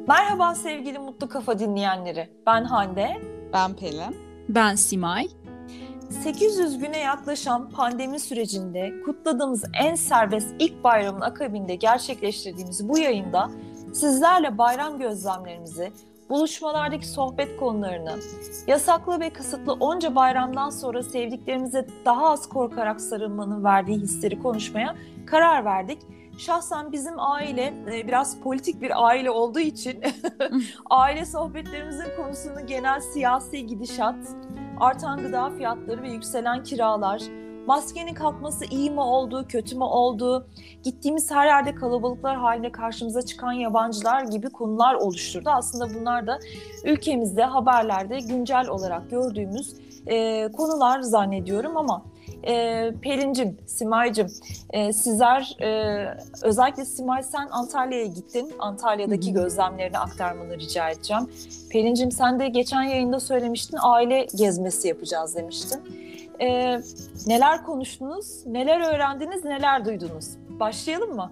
Merhaba sevgili Mutlu Kafa dinleyenleri. Ben Hande. Ben Pelin. Ben Simay. 800 güne yaklaşan pandemi sürecinde kutladığımız en serbest ilk bayramın akabinde gerçekleştirdiğimiz bu yayında sizlerle bayram gözlemlerimizi, buluşmalardaki sohbet konularını, yasaklı ve kısıtlı onca bayramdan sonra sevdiklerimize daha az korkarak sarılmanın verdiği hisleri konuşmaya karar verdik. Şahsen bizim aile biraz politik bir aile olduğu için aile sohbetlerimizin konusunu genel siyasi gidişat, artan gıda fiyatları ve yükselen kiralar, maskenin kalkması iyi mi oldu, kötü mü oldu, gittiğimiz her yerde kalabalıklar halinde karşımıza çıkan yabancılar gibi konular oluşturdu. Aslında bunlar da ülkemizde haberlerde güncel olarak gördüğümüz konular zannediyorum ama Pelin'cim, Simay'cım sizler özellikle Simay sen Antalya'ya gittin. Antalya'daki gözlemlerini aktarmanı rica edeceğim. Pelin'cim sen de geçen yayında söylemiştin aile gezmesi yapacağız demiştin. Neler konuştunuz, neler öğrendiniz, neler duydunuz? Başlayalım mı?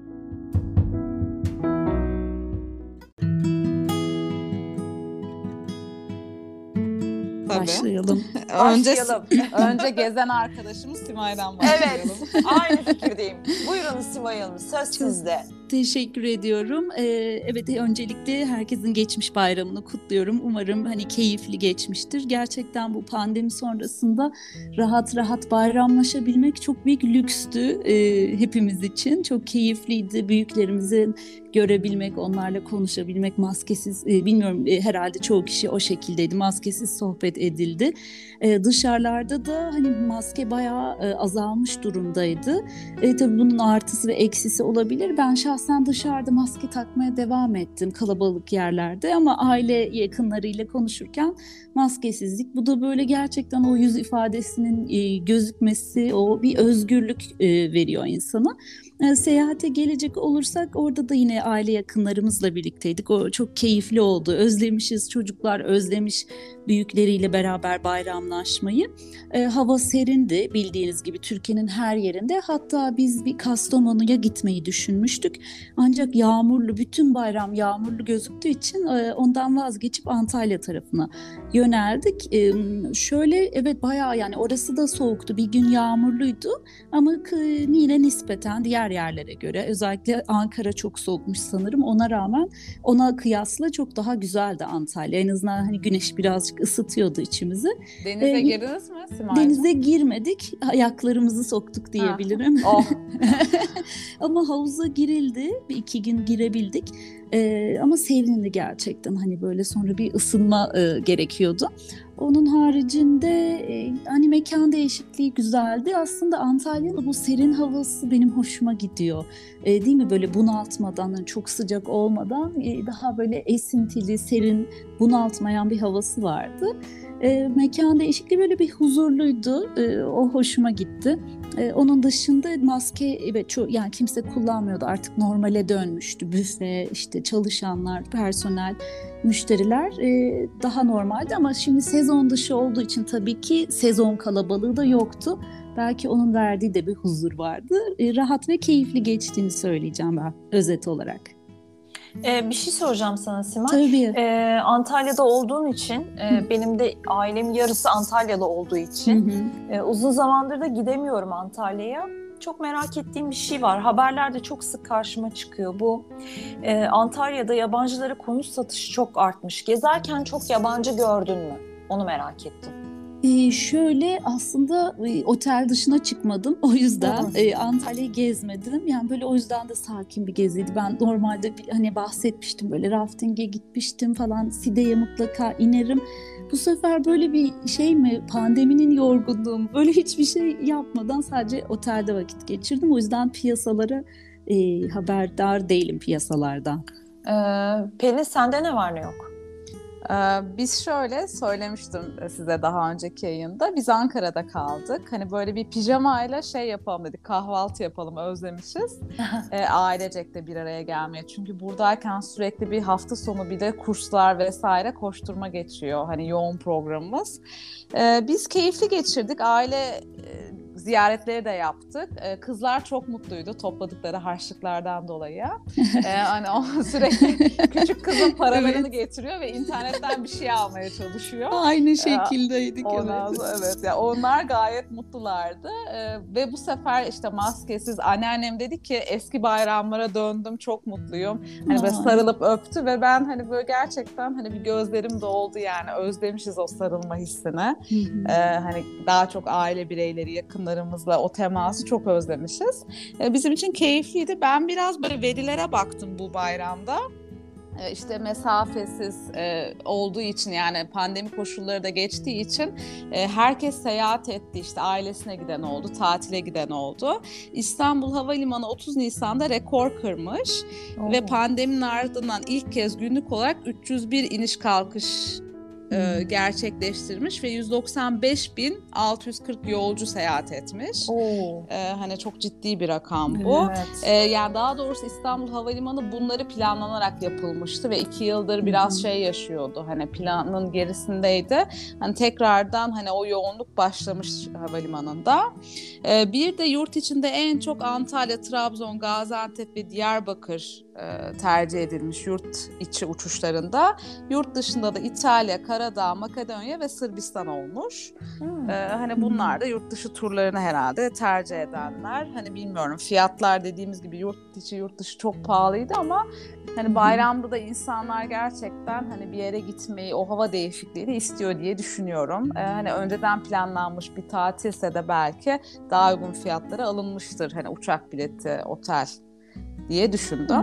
Başlayalım. Önce gezen arkadaşımız Simay'dan başlayalım. Evet, aynı fikirdeyim. Buyurun Simay Hanım, söz sizde. Teşekkür ediyorum. Evet, öncelikle herkesin geçmiş bayramını kutluyorum. Umarım keyifli geçmiştir. Gerçekten bu pandemi sonrasında rahat rahat bayramlaşabilmek çok büyük lükstü hepimiz için. Çok keyifliydi. Büyüklerimizi görebilmek, onlarla konuşabilmek, maskesiz, bilmiyorum herhalde çoğu kişi o şekildeydi. Maskesiz sohbet edildi. Dışarılarda da maske bayağı azalmış durumdaydı. Tabii bunun artısı ve eksisi olabilir. Ben şahsen dışarıda maske takmaya devam ettim kalabalık yerlerde ama aile yakınlarıyla konuşurken maskesizlik. Bu da böyle gerçekten o yüz ifadesinin gözükmesi, o bir özgürlük veriyor insana. Seyahate gelecek olursak orada da yine aile yakınlarımızla birlikteydik. O çok keyifli oldu. Özlemişiz, çocuklar özlemiş büyükleriyle beraber bayramlaşmayı. Hava serindi bildiğiniz gibi Türkiye'nin her yerinde. Hatta biz bir Kastamonu'ya gitmeyi düşünmüştük. Ancak yağmurlu, bütün bayram yağmurlu gözüktüğü için ondan vazgeçip Antalya tarafına yöneldik. Evet bayağı orası da soğuktu. Bir gün yağmurluydu ama yine nispeten diğer yerlere göre özellikle Ankara çok soğukmuş sanırım. Ona rağmen ona kıyasla çok daha güzeldi Antalya. En azından güneş birazcık ısıtıyordu içimizi. Denize girdiniz mi Simay? Denize girmedik. Ayaklarımızı soktuk diyebilirim. Oh. Ama havuza girildi. Bir iki gün girebildik. Ama sevindi gerçekten. Böyle sonra bir ısınma gerekiyordu. Onun haricinde mekan değişikliği güzeldi. Aslında Antalya'nın bu serin havası benim hoşuma gidiyor. Değil mi? Böyle bunaltmadan, çok sıcak olmadan daha böyle esintili, serin, bunaltmayan bir havası vardı. Mekan değişikliği böyle bir huzurluydu. O hoşuma gitti. Onun dışında maske kimse kullanmıyordu. Artık normale dönmüştü. Büfe, çalışanlar, personel, müşteriler daha normaldi ama şimdi sezon dışı olduğu için tabii ki sezon kalabalığı da yoktu. Belki onun verdiği de bir huzur vardı. Rahat ve keyifli geçtiğini söyleyeceğim ben özet olarak. Bir şey soracağım sana Simay. Tabii. Antalya'da olduğun için, benim de ailem yarısı Antalyalı olduğu için uzun zamandır da gidemiyorum Antalya'ya. Çok merak ettiğim bir şey var. Haberlerde çok sık karşıma çıkıyor. Bu Antalya'da yabancılara konut satışı çok artmış. Gezerken çok yabancı gördün mü? Onu merak ettim. Aslında otel dışına çıkmadım. O yüzden Antalya'yı gezmedim. Böyle o yüzden de sakin bir geziydi. Ben normalde bahsetmiştim böyle rafting'e gitmiştim falan. Side'ye mutlaka inerim. Bu sefer böyle bir şey mi? Pandeminin yorgunluğu mu? Böyle hiçbir şey yapmadan sadece otelde vakit geçirdim. O yüzden piyasalara haberdar değilim piyasalardan. Pelin sende ne var ne yok? Biz şöyle söylemiştim size daha önceki yayında. Biz Ankara'da kaldık. Böyle bir pijamayla yapalım dedik. Kahvaltı yapalım, özlemişiz. Ailecek de bir araya gelmeye. Çünkü buradayken sürekli bir hafta sonu bir de kurslar vesaire koşturma geçiyor. Yoğun programımız. Biz keyifli geçirdik. Aile ziyaretleri de yaptık. Kızlar çok mutluydu topladıkları harçlıklardan dolayı. Hani o sürekli küçük kızın paralarını getiriyor ve internetten bir şey almaya çalışıyor. Aynı şekildeydik. Ondan sonra, evet. Yani onlar gayet mutlulardı. Ve bu sefer işte maskesiz, anneannem dedi ki eski bayramlara döndüm, çok mutluyum. Hani böyle sarılıp öptü ve ben hani böyle gerçekten hani bir gözlerim doldu yani, özlemişiz o sarılma hissini. Hani daha çok aile bireyleri, yakınlarımızla o teması çok özlemişiz. Bizim için keyifliydi. Ben biraz böyle verilere baktım bu bayramda. İşte mesafesiz olduğu için, yani pandemi koşulları da geçtiği için herkes seyahat etti. İşte ailesine giden oldu, tatile giden oldu. İstanbul Havalimanı 30 Nisan'da rekor kırmış ve pandeminin ardından ilk kez günlük olarak 301 iniş kalkış gerçekleştirmiş ve 195.640 yolcu seyahat etmiş. Hani çok ciddi bir rakam bu. Evet. Yani daha doğrusu İstanbul Havalimanı bunları planlanarak yapılmıştı ve 2 yıldır biraz şey yaşıyordu. Hani planın gerisindeydi. Hani tekrardan hani o yoğunluk başlamış havalimanında. Bir de yurt içinde en çok Antalya, Trabzon, Gaziantep ve Diyarbakır tercih edilmiş yurt içi uçuşlarında. Yurt dışında da İtalya, Karadağ, Makedonya ve Sırbistan olmuş. Hani bunlar da yurt dışı turlarını herhalde tercih edenler. Hani bilmiyorum, fiyatlar dediğimiz gibi yurt içi yurt dışı çok pahalıydı ama hani bayramda da insanlar gerçekten hani bir yere gitmeyi, o hava değişikliğini istiyor diye düşünüyorum. Hani önceden planlanmış bir tatilse de belki daha uygun fiyatlara alınmıştır. Hani uçak bileti, otel diye düşündüm.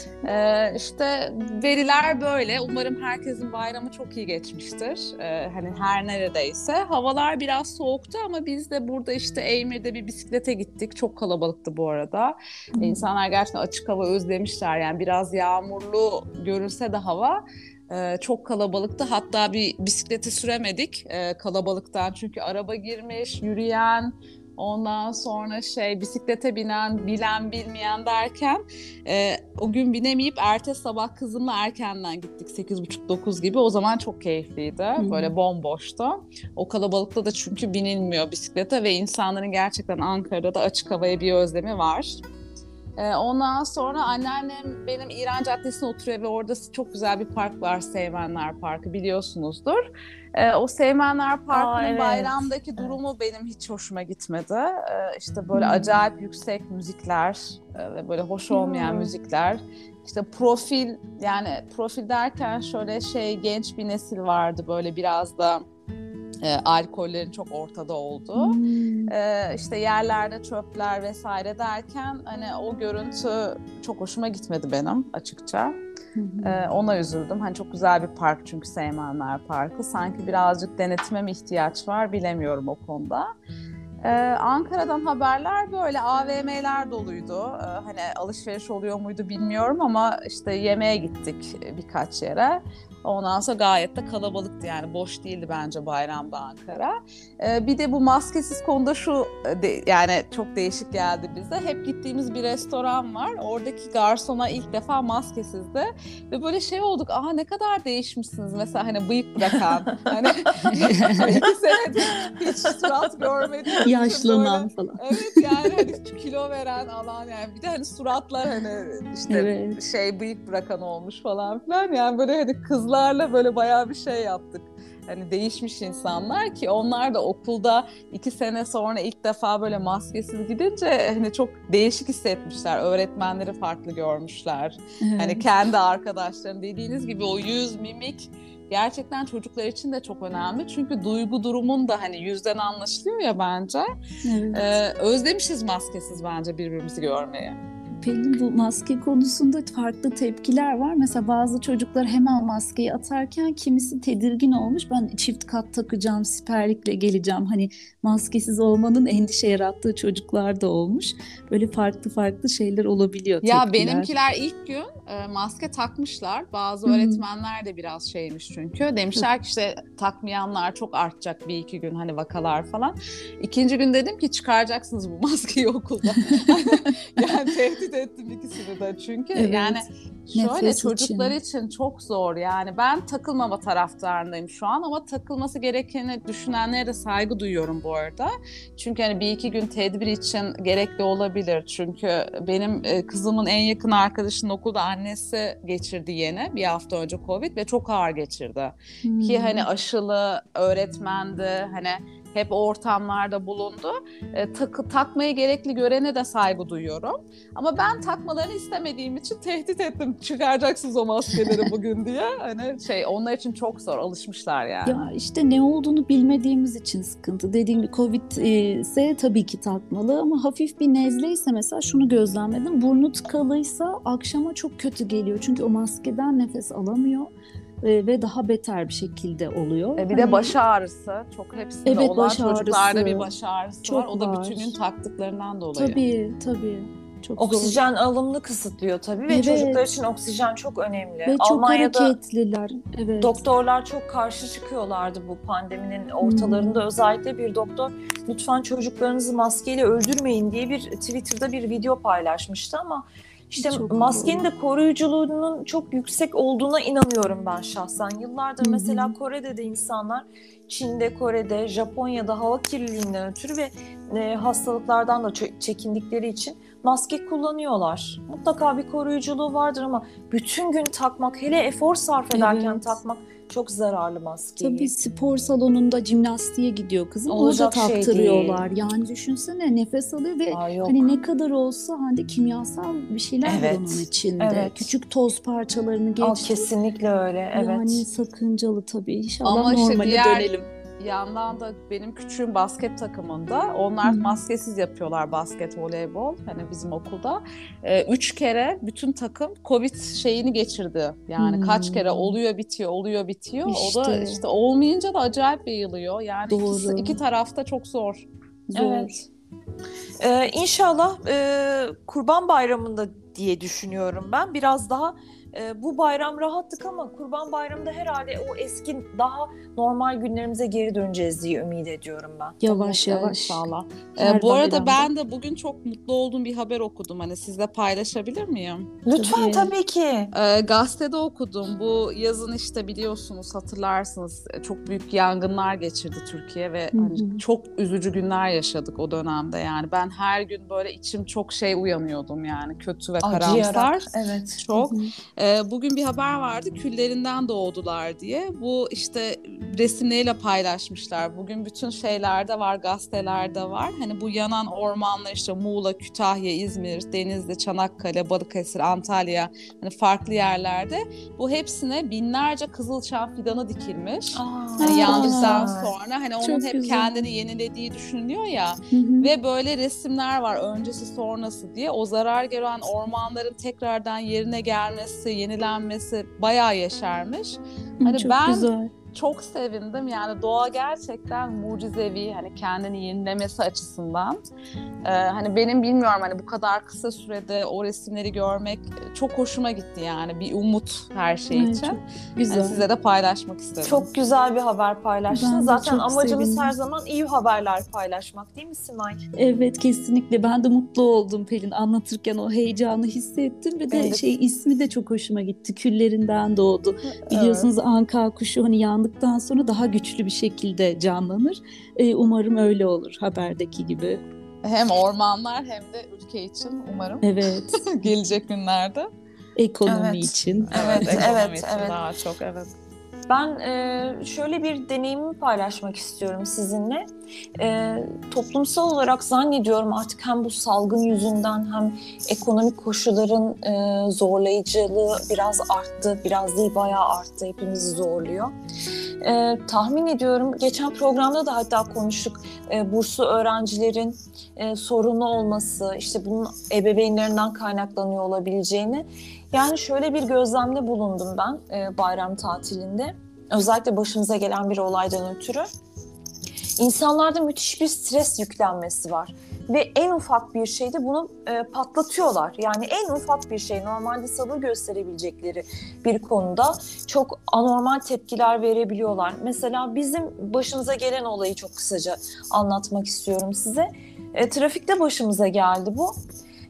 İşte veriler böyle. Umarım herkesin bayramı çok iyi geçmiştir. Hani her neredeyse. Havalar biraz soğuktu ama biz de burada işte Eymir'de bir bisiklete gittik. Çok kalabalıktı bu arada. İnsanlar gerçekten açık hava özlemişler. Yani biraz yağmurlu görünse de hava çok kalabalıktı. Hatta bir bisikleti süremedik kalabalıktan. Çünkü araba girmiş, yürüyen, ondan sonra bisiklete binen, bilen bilmeyen derken o gün binemeyip ertesi sabah kızımla erkenden gittik, 8.30-9 gibi. O zaman çok keyifliydi. Böyle bomboştu. O kalabalıkta da çünkü binilmiyor bisiklete ve insanların gerçekten Ankara'da da açık havaya bir özlemi var. Ondan sonra anneannem benim İran Caddesi'ne oturuyor ve orada çok güzel bir park var, Seymenler Parkı, biliyorsunuzdur. O Seymenler Parkı'nın bayramdaki durumu benim hiç hoşuma gitmedi. İşte böyle acayip yüksek müzikler ve böyle hoş olmayan müzikler. İşte profil derken şöyle genç bir nesil vardı, böyle biraz da alkollerin çok ortada olduğu. İşte yerlerde çöpler vesaire derken hani o görüntü çok hoşuma gitmedi benim açıkça. Ona üzüldüm. Hani çok güzel bir park çünkü Seymenler Parkı. Sanki birazcık denetime mi ihtiyaç var, bilemiyorum o konuda. Ankara'dan haberler böyle, AVM'ler doluydu. Hani alışveriş oluyor muydu bilmiyorum ama işte yemeğe gittik birkaç yere. Ondan sonra gayet de kalabalıktı, yani boş değildi bence bayramda Ankara. Bir de bu maskesiz konuda yani çok değişik geldi bize. Hep gittiğimiz bir restoran var. Oradaki garsona ilk defa maskesizdi. Ve böyle olduk. Ne kadar değişmişsiniz. Mesela hani bıyık bırakan. Hani 2 senedir hiç surat görmedim. Yaşlanan falan. Evet, yani hani kilo veren alan, yani bir de hani suratlar hani işte bıyık bırakan olmuş falan filan. Yani böyle hani kızlarla böyle bayağı bir şey yaptık. Hani değişmiş insanlar ki onlar da okulda 2 sene sonra ilk defa böyle maskesiz gidince hani çok değişik hissetmişler. Öğretmenleri farklı görmüşler. Hani kendi arkadaşlarım, dediğiniz gibi o yüz, mimik gerçekten çocuklar için de çok önemli. Çünkü duygu durumun da hani yüzden anlaşılıyor ya bence. Özlemişiz maskesiz bence birbirimizi görmeyi. Pelin, bu maske konusunda farklı tepkiler var. Mesela bazı çocuklar hemen maskeyi atarken kimisi tedirgin olmuş. Ben çift kat takacağım, siperlikle geleceğim. Hani maskesiz olmanın endişe yarattığı çocuklar da olmuş. Böyle farklı şeyler olabiliyor, tepkiler. Ya benimkiler ilk gün maske takmışlar. Bazı öğretmenler de biraz şeymiş çünkü. Demişler ki işte takmayanlar çok artacak 1-2 gün, hani vakalar falan. 2. gün dedim ki çıkaracaksınız bu maskeyi okulda. Yani tehdit tehdit ettim ikisini de. Çünkü Evet. yani şöyle Nefes çocuklar için çok zor. Yani ben takılmama taraftarındayım şu an ama takılması gerekeni düşünenlere de saygı duyuyorum bu arada. Çünkü hani bir iki gün tedbir için gerekli olabilir. Çünkü benim kızımın en yakın arkadaşının okulda annesi geçirdi yeni bir hafta önce Covid ve çok ağır geçirdi. Ki hani aşılı öğretmendi, hani hep o ortamlarda bulundu. Takmayı gerekli görene de saygı duyuyorum. Ama ben takmalarını istemediğim için tehdit ettim. Çıkaracaksınız o maskeleri bugün diye. Hani onlar için çok zor. Alışmışlar yani. Ya işte ne olduğunu bilmediğimiz için sıkıntı. Dediğim gibi Covid ise tabii ki takmalı ama hafif bir nezle ise mesela şunu gözlemledim. Burnu tıkalıysa akşama çok kötü geliyor. Çünkü o maskeden nefes alamıyor. Ve daha beter bir şekilde oluyor. Bir de baş ağrısı çok hepsinde Evet, olan baş çocuklarda ağrısı bir baş ağrısı çok var. O da var. bütün gün taktıklarından dolayı. Tabii. Çok zor. Oksijen alımını kısıtlıyor tabii ve Evet. çocuklar için oksijen çok önemli. Ve çok Almanya'da hareketliler. Evet. doktorlar çok karşı çıkıyorlardı bu pandeminin ortalarında. Özellikle bir doktor lütfen çocuklarınızı maskeyle öldürmeyin diye bir Twitter'da bir video paylaşmıştı ama işte Çok maskenin doğru. de koruyuculuğunun çok yüksek olduğuna inanıyorum ben şahsen. Yıllardır mesela Kore'de de insanlar, Çin'de, Kore'de, Japonya'da hava kirliliğinden ötürü ve hastalıklardan da çekindikleri için maske kullanıyorlar. Mutlaka bir koruyuculuğu vardır ama bütün gün takmak, hele efor sarf ederken Evet. takmak çok zararlı maskeyi. Tabii spor salonunda jimnastiğe gidiyor kızım. Olacak Orada şey taktırıyorlar. Yani düşünsene nefes alıyor ve Yok. hani ne kadar olsa hani kimyasal bir şeyler Evet, var onun içinde. evet. Küçük toz parçalarını geçti. Kesinlikle öyle, evet. Yani sakıncalı tabii. İnşallah Ama işte normale diğer dönelim. yandan da benim küçüğüm basket takımında. Onlar maskesiz yapıyorlar basket, voleybol. Hani bizim okulda. 3 kere bütün takım Covid şeyini geçirdi. Yani kaç kere oluyor bitiyor. O da işte olmayınca da acayip yayılıyor. Yani Doğru. iki tarafta çok zor. Evet. İnşallah Kurban Bayramı'nda diye düşünüyorum ben. Biraz daha bu bayram rahattık ama Kurban Bayramı'nda herhalde o eski daha normal günlerimize geri döneceğiz diye ümit ediyorum ben. Yavaş yavaş. İnşallah. Her Bu arada bayramda. ben de bugün çok mutlu olduğum bir haber okudum. Hani sizle paylaşabilir miyim? Lütfen, tabii ki. Gazetede okudum. Bu yazın işte biliyorsunuz, hatırlarsınız, çok büyük yangınlar geçirdi Türkiye ve hani çok üzücü günler yaşadık o dönemde. Yani ben her gün böyle içim çok uyanıyordum yani, kötü ve karamsar. Evet. Çok. Bugün bir haber vardı, küllerinden doğdular diye. Bu işte resimleriyle paylaşmışlar. Bugün bütün şeylerde var, gazetelerde var. Hani bu yanan ormanlar işte Muğla, Kütahya, İzmir, Denizli, Çanakkale, Balıkesir, Antalya, hani farklı yerlerde. Bu hepsine binlerce kızılçam fidanı dikilmiş. Hani yandıktan sonra hani onun çok hep güzel. kendini yenilediği düşünülüyor ya. Ve böyle resimler var, öncesi sonrası diye. O zarar gören ormanların tekrardan yerine gelmesi, yenilenmesi bayağı yeşermiş. Hani çok ben güzel. çok sevindim. Yani doğa gerçekten mucizevi, hani kendini yenilemesi açısından. Hani benim bilmiyorum, hani bu kadar kısa sürede o resimleri görmek çok hoşuma gitti yani. Bir umut her şey için. Çok güzel. Yani size de paylaşmak istedim. Çok güzel bir haber paylaştın. Ben de Zaten çok amacımız sevindim. her zaman iyi haberler paylaşmak, değil mi Simay? Evet, kesinlikle. Ben de mutlu oldum Pelin. Anlatırken o heyecanı hissettim ve de Evet. ismi de çok hoşuma gitti. Küllerinden doğdu. Biliyorsunuz anka kuşu hani yandıktan sonra daha güçlü bir şekilde canlanır. Umarım öyle olur haberdeki gibi. Hem ormanlar hem de ülke için umarım. Evet. Gelecek günlerde. Ekonomi Evet. için. Ekonomi için evet. daha çok, evet. Ben şöyle bir deneyimimi paylaşmak istiyorum sizinle. Toplumsal olarak zannediyorum artık hem bu salgın yüzünden hem ekonomik koşulların zorlayıcılığı biraz arttı. Biraz değil, bayağı arttı. Hepimizi zorluyor. Tahmin ediyorum, geçen programda da hatta konuştuk. Burslu öğrencilerin sorunlu olması, işte bunun ebeveynlerinden kaynaklanıyor olabileceğini. Yani şöyle bir gözlemde bulundum ben bayram tatilinde. Özellikle başımıza gelen bir olaydan ötürü. İnsanlarda müthiş bir stres yüklenmesi var. Ve en ufak bir şeyde bunu patlatıyorlar. Yani en ufak bir şey, normalde sabır gösterebilecekleri bir konuda çok anormal tepkiler verebiliyorlar. Mesela bizim başımıza gelen olayı çok kısaca anlatmak istiyorum size. Trafikte başımıza geldi bu.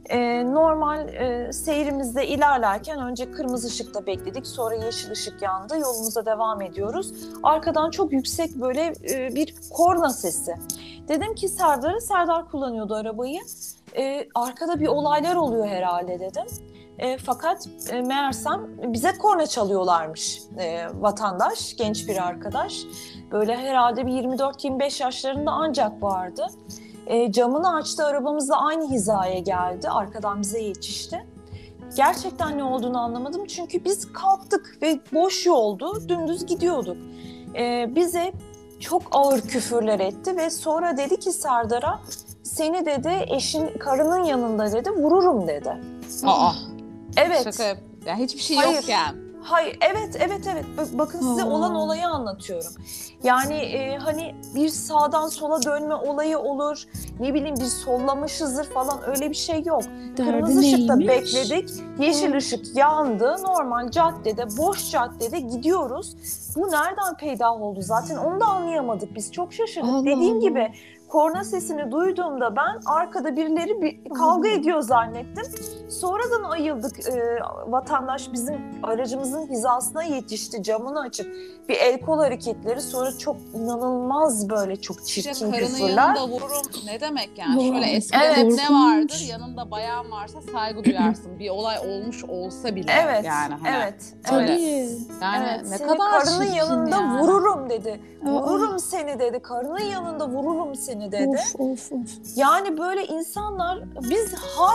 Normal seyrimizde ilerlerken önce kırmızı ışıkta bekledik. Sonra yeşil ışık yandı. Yolumuza devam ediyoruz. Arkadan çok yüksek böyle bir korna sesi. Dedim ki Serdar'a, Serdar kullanıyordu arabayı. Arkada bir olaylar oluyor herhalde dedim. Fakat meğersem bize korna çalıyorlarmış vatandaş, genç bir arkadaş. Böyle herhalde bir 24-25 yaşlarında ancak vardı. Camını açtı, arabamızla aynı hizaya geldi. Arkadan bize yetişti. Gerçekten ne olduğunu anlamadım. Çünkü biz kalktık ve boş yoldu, dümdüz gidiyorduk. Bize çok ağır küfürler etti ve sonra dedi ki Serdar'a, seni dedi karının yanında dedi vururum dedi. Aa. Evet. Şaka yap. Yani hiçbir şey Hayır. yokken. Hayır, evet. Bakın size olan olayı anlatıyorum. Yani hani bir sağdan sola dönme olayı olur, ne bileyim bir sollamışızdır falan, öyle bir şey yok. Kırmızı ışıkta bekledik, yeşil ışık yandı, normal caddede, boş caddede gidiyoruz. Bu nereden peydah oldu zaten, onu da anlayamadık biz, çok şaşırdık. Dediğim gibi korna sesini duyduğumda ben arkada birileri bir kavga ediyor zannettim. Sonradan ayıldık. Vatandaş bizim aracımızın hizasına yetişti, camını açıp bir el kol hareketleri, sonra çok inanılmaz böyle çok çirkin İşte karının küfürler. yanında vururum ne demek yani? Şöyle eskiden hep ne vardır? Yanında bayan varsa saygı duyarsın. Bir olay olmuş olsa bile Evet, yani. Hani evet. Yani Evet, ne seni kadar karının çirkin yanında yani. vururum dedi. Vururum seni dedi. Karının yanında vururum seni dedi. Of. Yani böyle insanlar, biz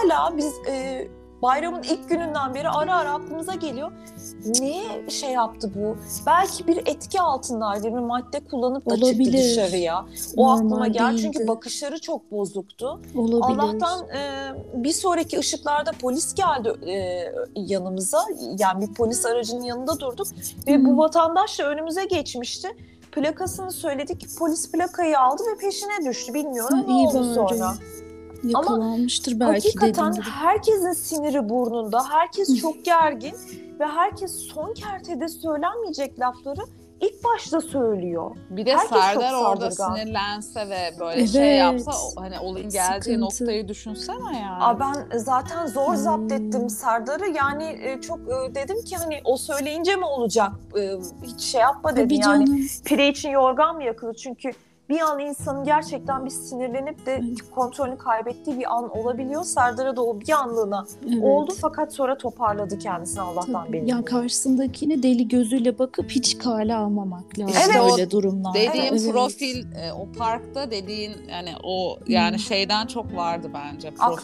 bayramın ilk gününden beri ara ara aklımıza geliyor. Niye şey yaptı bu? Belki bir etki altındaydı. Bir madde kullanıp da çıktı dışarıya. O Normal aklıma geldi. değildi. Çünkü bakışları çok bozuktu. Olabilir. Allah'tan bir sonraki ışıklarda polis geldi yanımıza. Yani bir polis aracının yanında durduk. Ve bu vatandaş da önümüze geçmişti. Plakasını söyledik. Polis plakayı aldı ve peşine düştü. Bilmiyorum ne oldu sonra. Yakalanmıştır belki. Hakikaten herkesin siniri burnunda. Herkes çok gergin. Ve herkes son kertede söylenmeyecek lafları ilk başta söylüyor. Bir de herkes Serdar orada sinirlense ve böyle şey yapsa, hani olayın geldiği noktayı düşünsene yani. Ben zaten zor zapt ettim Serdar'ı. Yani çok dedim ki hani o söyleyince mi olacak? Hiç şey yapma dedim yani. Pire için yorgan mı yakılır? Çünkü bir an insanın gerçekten bir sinirlenip de kontrolünü kaybettiği bir an olabiliyor. Serdar'a da o bir anlığına oldu, fakat sonra toparladı kendisini, Allah'tan benim. Ya karşısındakine deli gözüyle bakıp hiç kale almamak lazım öyle durumlarda. Dediğim profil o parkta dediğin yani o yani şeyden çok vardı bence profilden.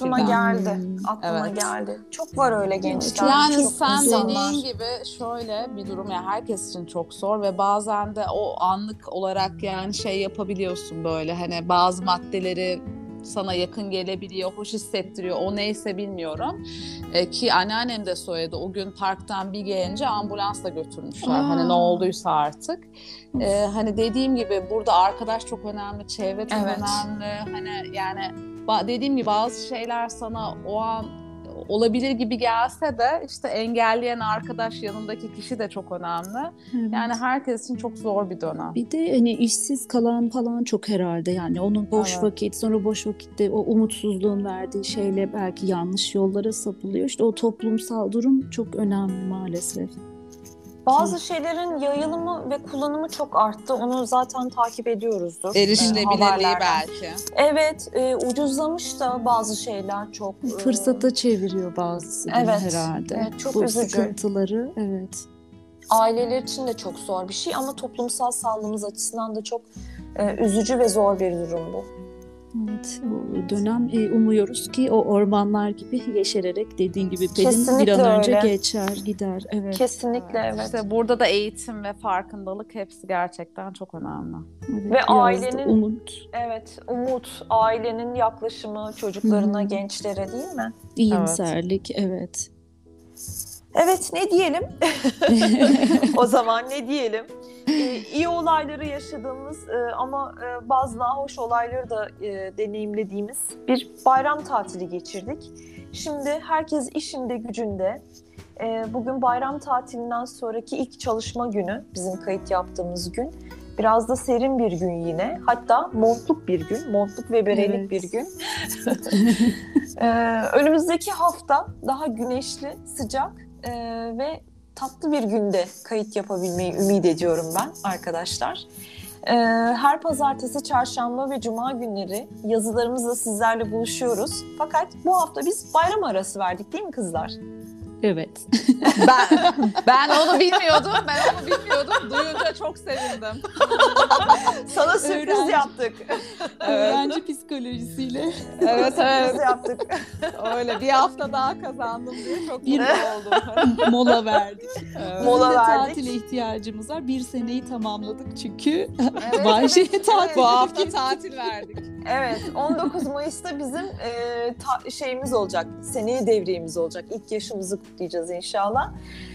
Aklıma geldi. Çok var öyle gençler. Yani çok sen insanlar. dediğin gibi şöyle bir durum yani herkes için çok zor ve bazen de o anlık olarak yani şey yapabiliyorsun böyle hani bazı maddeleri sana yakın gelebiliyor, hoş hissettiriyor. O neyse bilmiyorum. Ki anneannem de söyledi. O gün parktan bir gelince ambulansla götürmüşler. Hani ne olduysa artık. Hani dediğim gibi burada arkadaş çok önemli, çevre çok önemli. Hani yani dediğim gibi bazı şeyler sana o an olabilir gibi gelse de işte engelleyen arkadaş, yanındaki kişi de çok önemli. Yani herkes için çok zor bir dönem. Bir de hani işsiz kalan falan çok herhalde yani onun boş vakit, sonra boş vakitte o umutsuzluğun verdiği şeyle belki yanlış yollara sapılıyor. İşte o toplumsal durum çok önemli maalesef. Bazı şeylerin yayılımı ve kullanımı çok arttı. Onu zaten takip ediyoruzdur. Erişilebilirliği belki. Evet, ucuzlamış da bazı şeyler çok. Fırsata çeviriyor bazısı herhalde. Evet, çok bu üzücü. sıkıntıları, Aileler için de çok zor bir şey ama toplumsal sağlığımız açısından da çok üzücü ve zor bir durum bu. Evet, o dönem umuyoruz ki o ormanlar gibi yeşererek dediğin gibi Pelin Kesinlikle bir an önce öyle. geçer gider. Evet. Kesinlikle evet. İşte burada da eğitim ve farkındalık hepsi gerçekten çok önemli. Evet, ve ailenin umut, ailenin yaklaşımı çocuklarına, gençlere değil mi? İyimserlik, evet. Evet, ne diyelim? O zaman ne diyelim? İyi olayları yaşadığımız ama bazı nahoş olayları da deneyimlediğimiz bir bayram tatili geçirdik. Şimdi herkes işinde gücünde. Bugün bayram tatilinden sonraki ilk çalışma günü, bizim kayıt yaptığımız gün. Biraz da serin bir gün yine. Hatta montluk bir gün. Montluk ve berelik bir gün. Önümüzdeki hafta daha güneşli, sıcak ve tatlı bir günde kayıt yapabilmeyi ümit ediyorum ben arkadaşlar. Her pazartesi, çarşamba ve cuma günleri yazılarımızla sizlerle buluşuyoruz. Fakat bu hafta biz bayram arası verdik değil mi kızlar? Evet. Ben onu bilmiyordum. Duyunca çok sevindim. Sana sürpriz yaptık. Öğrenci psikolojisiyle. Evet. Sürpriz yaptık. Öyle bir hafta daha kazandım diye çok mutlu oldum. Mola verdik. Evet. Mola Bizim de verdik. tatile ihtiyacımız var. Bir seneyi tamamladık çünkü. Evet, Vahşi evet, tatil. evet. Bu hafta tatil verdik. Evet, 19 Mayıs'ta bizim şeyimiz olacak, seneye devriyemiz olacak. İlk yaşımızı kutlayacağız inşallah.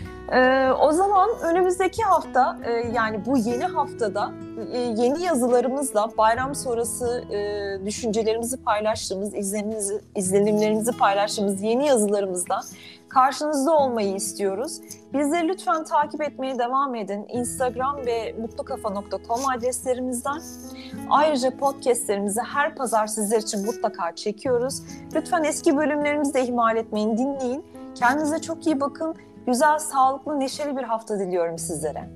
O zaman önümüzdeki hafta, yani bu yeni haftada yeni yazılarımızla bayram sonrası düşüncelerimizi paylaştığımız, izlenimlerimizi paylaştığımız yeni yazılarımızla karşınızda olmayı istiyoruz. Bizleri lütfen takip etmeye devam edin. Instagram ve mutlukafa.com adreslerimizden. Ayrıca podcastlerimizi her pazar sizler için mutlaka çekiyoruz. Lütfen eski bölümlerimizi de ihmal etmeyin, dinleyin. Kendinize çok iyi bakın. Güzel, sağlıklı, neşeli bir hafta diliyorum sizlere.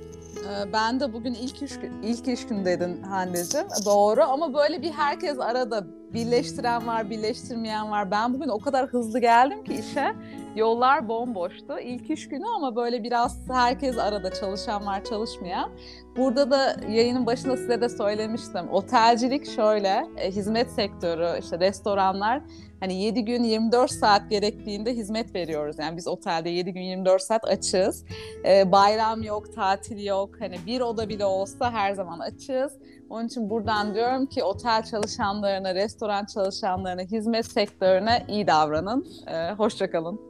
Ben de bugün ilk iş gündeydin Hande'cim. Doğru ama böyle bir herkes arada birleştiren var, birleştirmeyen var. Ben bugün o kadar hızlı geldim ki işe. Yollar bomboştu. İlk iş günü ama böyle biraz herkes arada, çalışan var, çalışmayan. Burada da yayının başında size de söylemiştim. Otelcilik şöyle, hizmet sektörü, işte restoranlar hani 7 gün 24 saat gerektiğinde hizmet veriyoruz. Yani biz otelde 7 gün 24 saat açığız. Bayram yok, tatil yok. Hani bir oda bile olsa her zaman açığız. Onun için buradan diyorum ki otel çalışanlarına, restoran çalışanlarına, hizmet sektörüne iyi davranın. Hoşça kalın.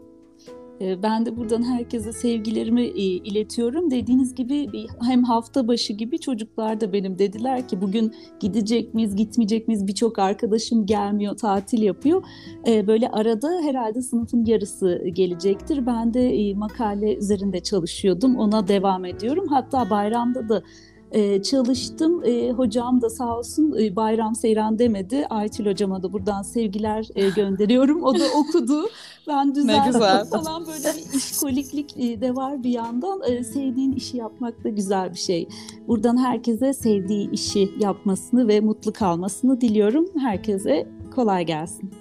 Ben de buradan herkese sevgilerimi iletiyorum. Dediğiniz gibi hem hafta başı gibi çocuklar da benim dediler ki bugün gidecek miyiz, gitmeyecek miyiz? Birçok arkadaşım gelmiyor, tatil yapıyor. Böyle arada herhalde sınıfın yarısı gelecektir. Ben de makale üzerinde çalışıyordum, ona devam ediyorum. Hatta bayramda da çalıştım. Hocam da sağ olsun bayram seyran demedi. Aytül hocama da buradan sevgiler gönderiyorum. O da okudu. Ben düzelttim falan, böyle bir işkoliklik de var bir yandan. Sevdiğin işi yapmak da güzel bir şey. Buradan herkese sevdiği işi yapmasını ve mutlu kalmasını diliyorum. Herkese kolay gelsin.